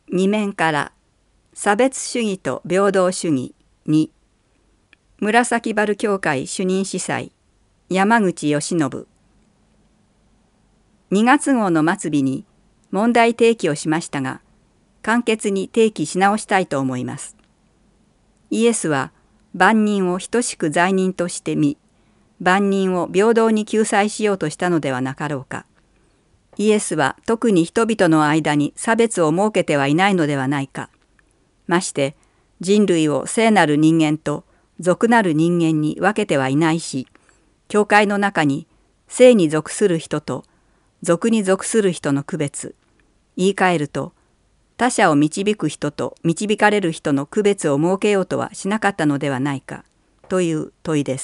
二面から差別主義と平等主義2紫原教会主任司祭山口義信2月号の末尾に問題提起をしましたが、簡潔に提起し直したいと思います。イエスは万人を等しく罪人として見、万人を平等に救済しようとしたのではなかろうか。イエスは特に人々の間に差別を設けてはいないのではないか。まして人類を聖なる人間と俗なる人間に分けてはいないし、教会の中に聖に属する人と俗に属する人の区別、言い換えると他者を導く人と導かれる人の区別を設けようとはしなかったのではないかという問いです。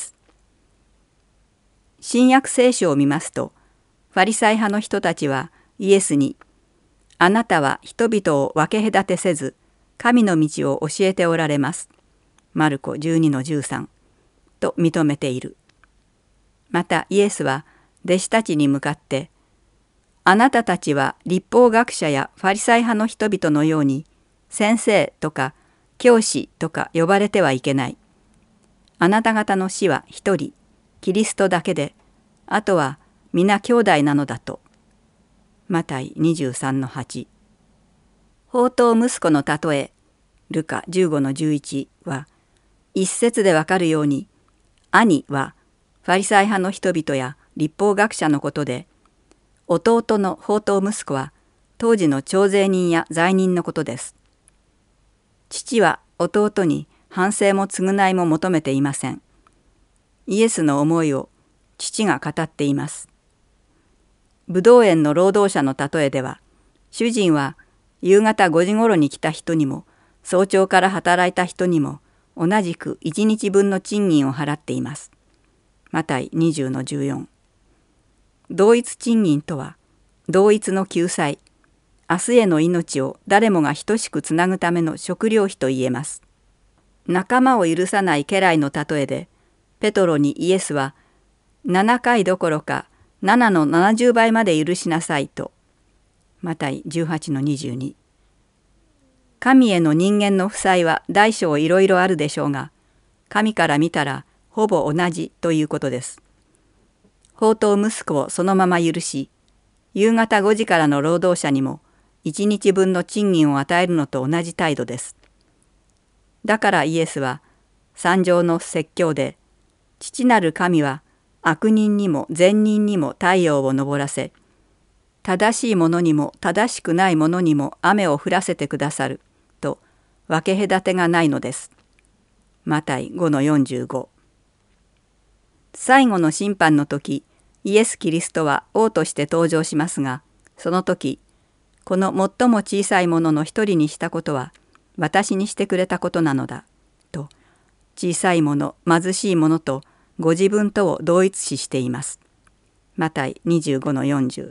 新約聖書を見ますと、ファリサイ派の人たちはイエスに、あなたは人々を分け隔てせず、神の道を教えておられます。マルコ 12-13 と認めている。またイエスは弟子たちに向かって、あなたたちは律法学者やファリサイ派の人々のように、先生とか教師とか呼ばれてはいけない。あなた方の師は一人、キリストだけで、あとは皆兄弟なのだと。マタイ 23-8。放蕩息子の例え、ルカ 15-11 は、一節でわかるように、兄はファリサイ派の人々や律法学者のことで、弟の放蕩息子は当時の徴税人や罪人のことです。父は弟に反省も償いも求めていません。イエスの思いを父が語っています。ぶどう園の労働者の例えでは、主人は夕方5時ごろに来た人にも、早朝から働いた人にも、同じく1日分の賃金を払っています。マタイ 20-14。同一賃金とは、同一の救済、明日への命を誰もが等しくつなぐための食料費と言えます。仲間を許さない家来の例えで、ペトロにイエスは、7回どころか7の70倍まで許しなさいと。マタイ 18-22。神への人間の負債は大小いろいろあるでしょうが、神から見たらほぼ同じということです。放蕩息子をそのまま許し、夕方5時からの労働者にも1日分の賃金を与えるのと同じ態度です。だからイエスは三条の説教で、父なる神は悪人にも善人にも太陽を昇らせ、正しい者にも正しくない者にも雨を降らせてくださると分け隔てがないのです。マタイ 5-45。最後の審判の時、イエス・キリストは王として登場しますが、その時、この最も小さいものの一人にしたことは私にしてくれたことなのだと、小さいもの、貧しいものとご自分とを同一視しています。マタイ 25-40。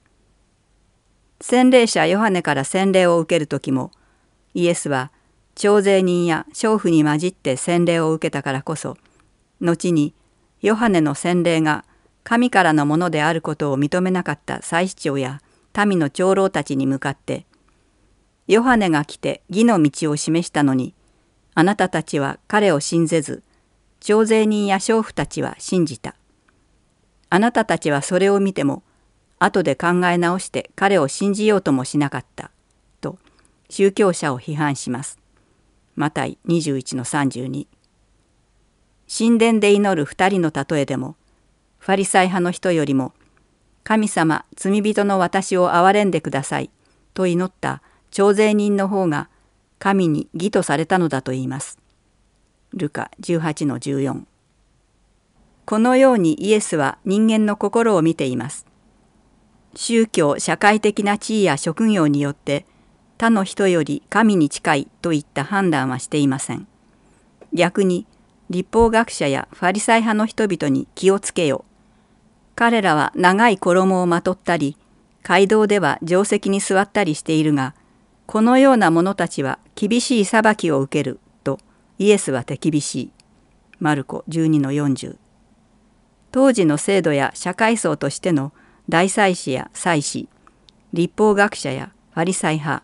洗礼者ヨハネから洗礼を受ける時も、イエスは徴税人や娼婦に混じって洗礼を受けたからこそ、後にヨハネの洗礼が神からのものであることを認めなかった祭司長や民の長老たちに向かって、ヨハネが来て義の道を示したのに、あなたたちは彼を信ぜず、徴税人や娼婦たちは信じた。あなたたちはそれを見ても、後で考え直して彼を信じようともしなかった。と、宗教者を批判します。マタイ 21-32。神殿で祈る二人の例えでも、ファリサイ派の人よりも、神様、罪人の私を憐れんでください、と祈った徴税人の方が、神に義とされたのだと言います。ルカ 18-14。このようにイエスは人間の心を見ています。宗教・社会的な地位や職業によって他の人より神に近いといった判断はしていません。逆に律法学者やファリサイ派の人々に気をつけよ。彼らは長い衣をまとったり、街道では定石に座ったりしているが、このような者たちは厳しい裁きを受けるとイエスは手厳しい。マルコ 12-40。当時の制度や社会層としての大祭司や祭司、律法学者やファリサイ派、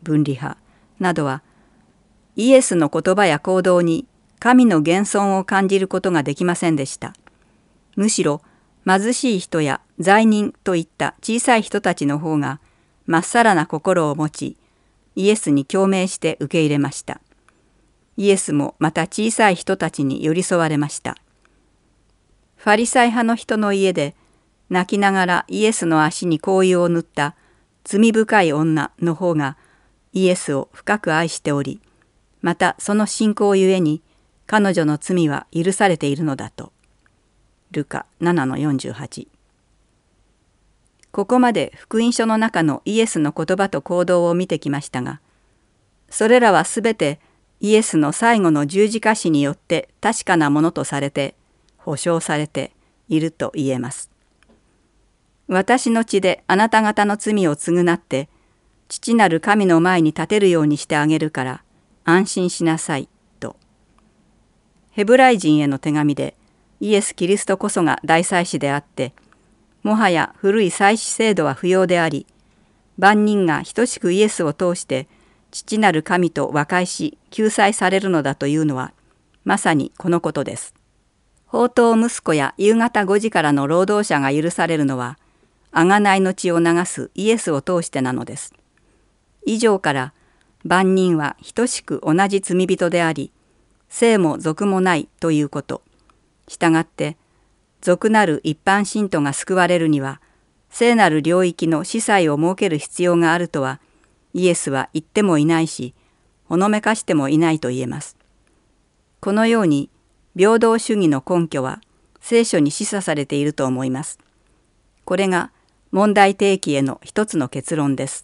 分離派などは、イエスの言葉や行動に神の現存を感じることができませんでした。むしろ貧しい人や罪人といった小さい人たちの方がまっさらな心を持ち、イエスに共鳴して受け入れました。イエスもまた小さい人たちに寄り添われました。ファリサイ派の人の家で泣きながらイエスの足に香油を塗った罪深い女の方がイエスを深く愛しており、またその信仰ゆえに彼女の罪は許されているのだと。ルカ 7-48。ここまで福音書の中のイエスの言葉と行動を見てきましたが、それらはすべてイエスの最後の十字架死によって確かなものとされて保証されていると言えます。私の血であなた方の罪を償って父なる神の前に立てるようにしてあげるから安心しなさいと。ヘブライ人への手紙でイエス・キリストこそが大祭司であって、もはや古い祭司制度は不要であり、万人が等しくイエスを通して父なる神と和解し救済されるのだというのはまさにこのことです。放蕩息子や夕方5時からの労働者が許されるのは贖いの血を流すイエスを通してなのです。以上から万人は等しく同じ罪人であり、聖も俗もないということ。したがって俗なる一般信徒が救われるには聖なる領域の司祭を設ける必要があるとはイエスは言ってもいないし、ほのめかしてもいないと言えます。このように平等主義の根拠は聖書に示唆されていると思います。これが問題提起への一つの結論です。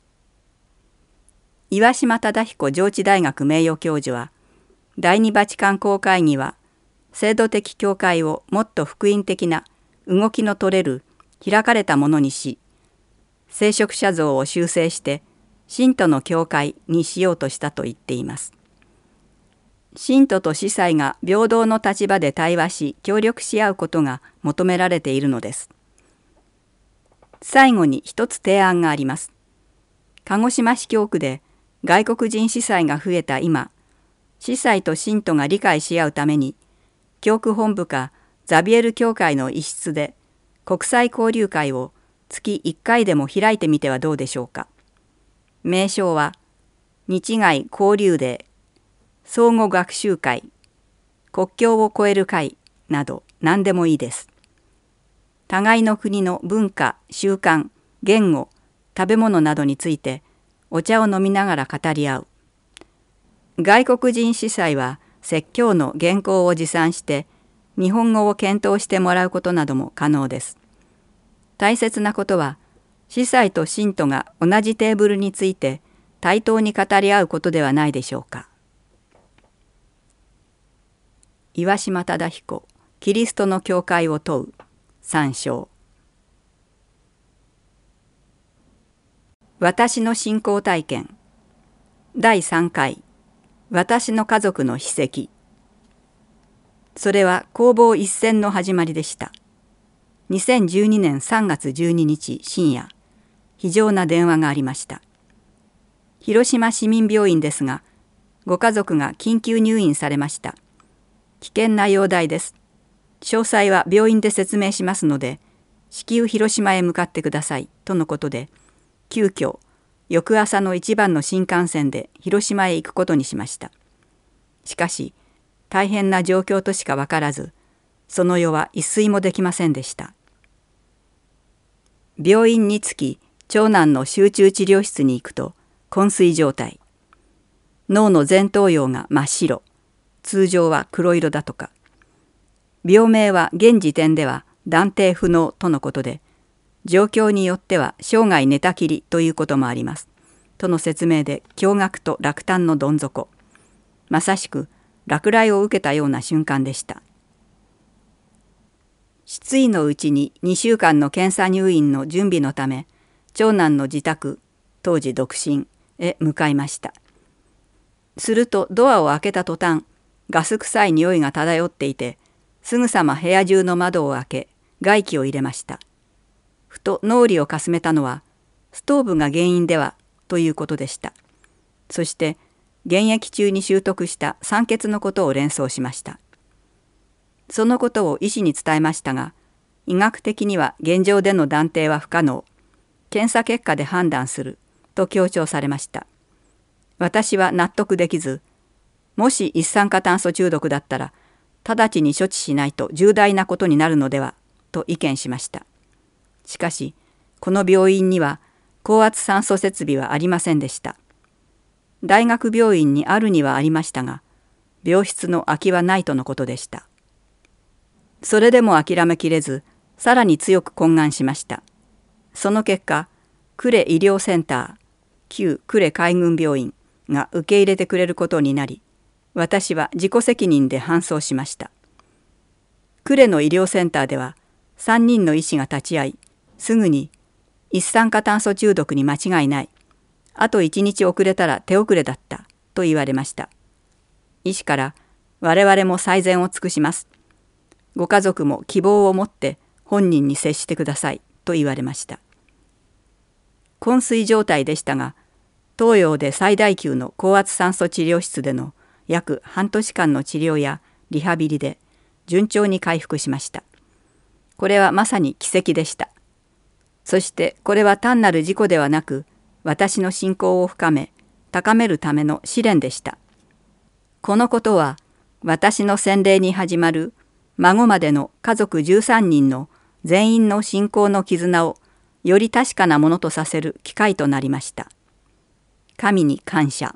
岩島忠彦上智大学名誉教授は、第二バチカン公会議は制度的教会をもっと福音的な動きの取れる開かれたものにし、聖職者像を修正して信徒の教会にしようとしたと言っています。信徒と司祭が平等の立場で対話し協力し合うことが求められているのです。最後に一つ提案があります。鹿児島市教区で外国人司祭が増えた今、司祭と信徒が理解し合うために、教区本部かザビエル教会の一室で国際交流会を月1回でも開いてみてはどうでしょうか。名称は日外交流デー、相互学習会、国境を越える会など何でもいいです。互いの国の文化、習慣、言語、食べ物などについてお茶を飲みながら語り合う。外国人司祭は説教の原稿を持参して日本語を検討してもらうことなども可能です。大切なことは司祭と信徒が同じテーブルについて対等に語り合うことではないでしょうか。岩島忠彦、キリストの教会を問う、参照。私の信仰体験第3回、私の家族の秘跡。それは攻防一戦の始まりでした。2012年3月12日深夜、非常な電話がありました。広島市民病院ですが、ご家族が緊急入院されました。危険な容体です。詳細は病院で説明しますので、至急広島へ向かってくださいとのことで、急遽翌朝の一番の新幹線で広島へ行くことにしました。しかし大変な状況としか分からず、その夜は一睡もできませんでした。病院に着き、長男の集中治療室に行くと昏睡状態。脳の前頭葉が真っ白、通常は黒色だとか。病名は現時点では断定不能とのことで、状況によっては生涯寝たきりということもあります。との説明で驚愕と落胆のどん底。まさしく落雷を受けたような瞬間でした。失意のうちに2週間の検査入院の準備のため、長男の自宅、当時独身へ向かいました。するとドアを開けた途端、ガス臭い匂いが漂っていて、すぐさま部屋中の窓を開け、外気を入れました。ふと脳裏をかすめたのは、ストーブが原因ではということでした。そして現役中に習得した酸欠のことを連想しました。そのことを医師に伝えましたが、医学的には現状での断定は不可能、検査結果で判断すると強調されました。私は納得できず、もし一酸化炭素中毒だったら直ちに処置しないと重大なことになるのではと意見しました。しかしこの病院には高圧酸素設備はありませんでした。大学病院にあるにはありましたが、病室の空きはないとのことでした。それでも諦めきれず、さらに強く懇願しました。その結果、呉医療センター、旧呉海軍病院が受け入れてくれることになり、私は自己責任で搬送しました。呉の医療センターでは3人の医師が立ち会い、すぐに一酸化炭素中毒に間違いない。あと1日遅れたら手遅れだったと言われました。医師から我々も最善を尽くします。ご家族も希望を持って本人に接してくださいと言われました。昏睡状態でしたが、東洋で最大級の高圧酸素治療室での約半年間の治療やリハビリで順調に回復しました。これはまさに奇跡でした。そしてこれは単なる事故ではなく、私の信仰を深め、高めるための試練でした。このことは、私の洗礼に始まる孫までの家族13人の全員の信仰の絆をより確かなものとさせる機会となりました。神に感謝。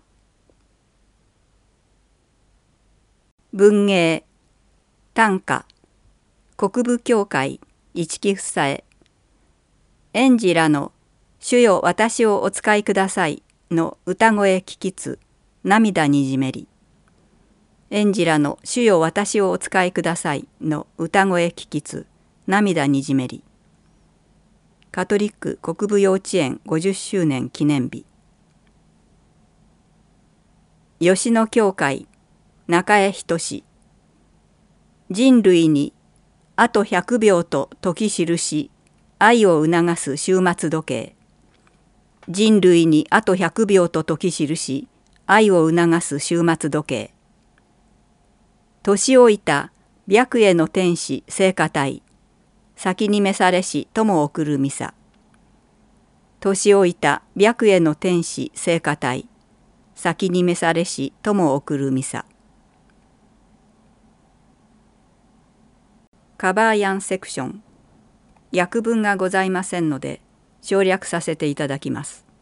文芸、短歌、国部教会一木房へ。園児らの主よ私をお使いくださいの歌声聞きつ涙にじめり。園児らの主よ私をお使いくださいの歌声聞きつ涙にじめり。カトリック国部幼稚園50周年記念日。吉野教会中江仁。人類にあと100秒と時記し愛を促す終末時計。人類にあと100秒と時記し愛を促す終末時計。年老いた白衣の天使聖歌隊、先に召されし友送るミサ。年老いた白衣の天使聖歌隊、先に召されし友送るミサ。カバーヤンセクション。訳文がございませんので省略させていただきます。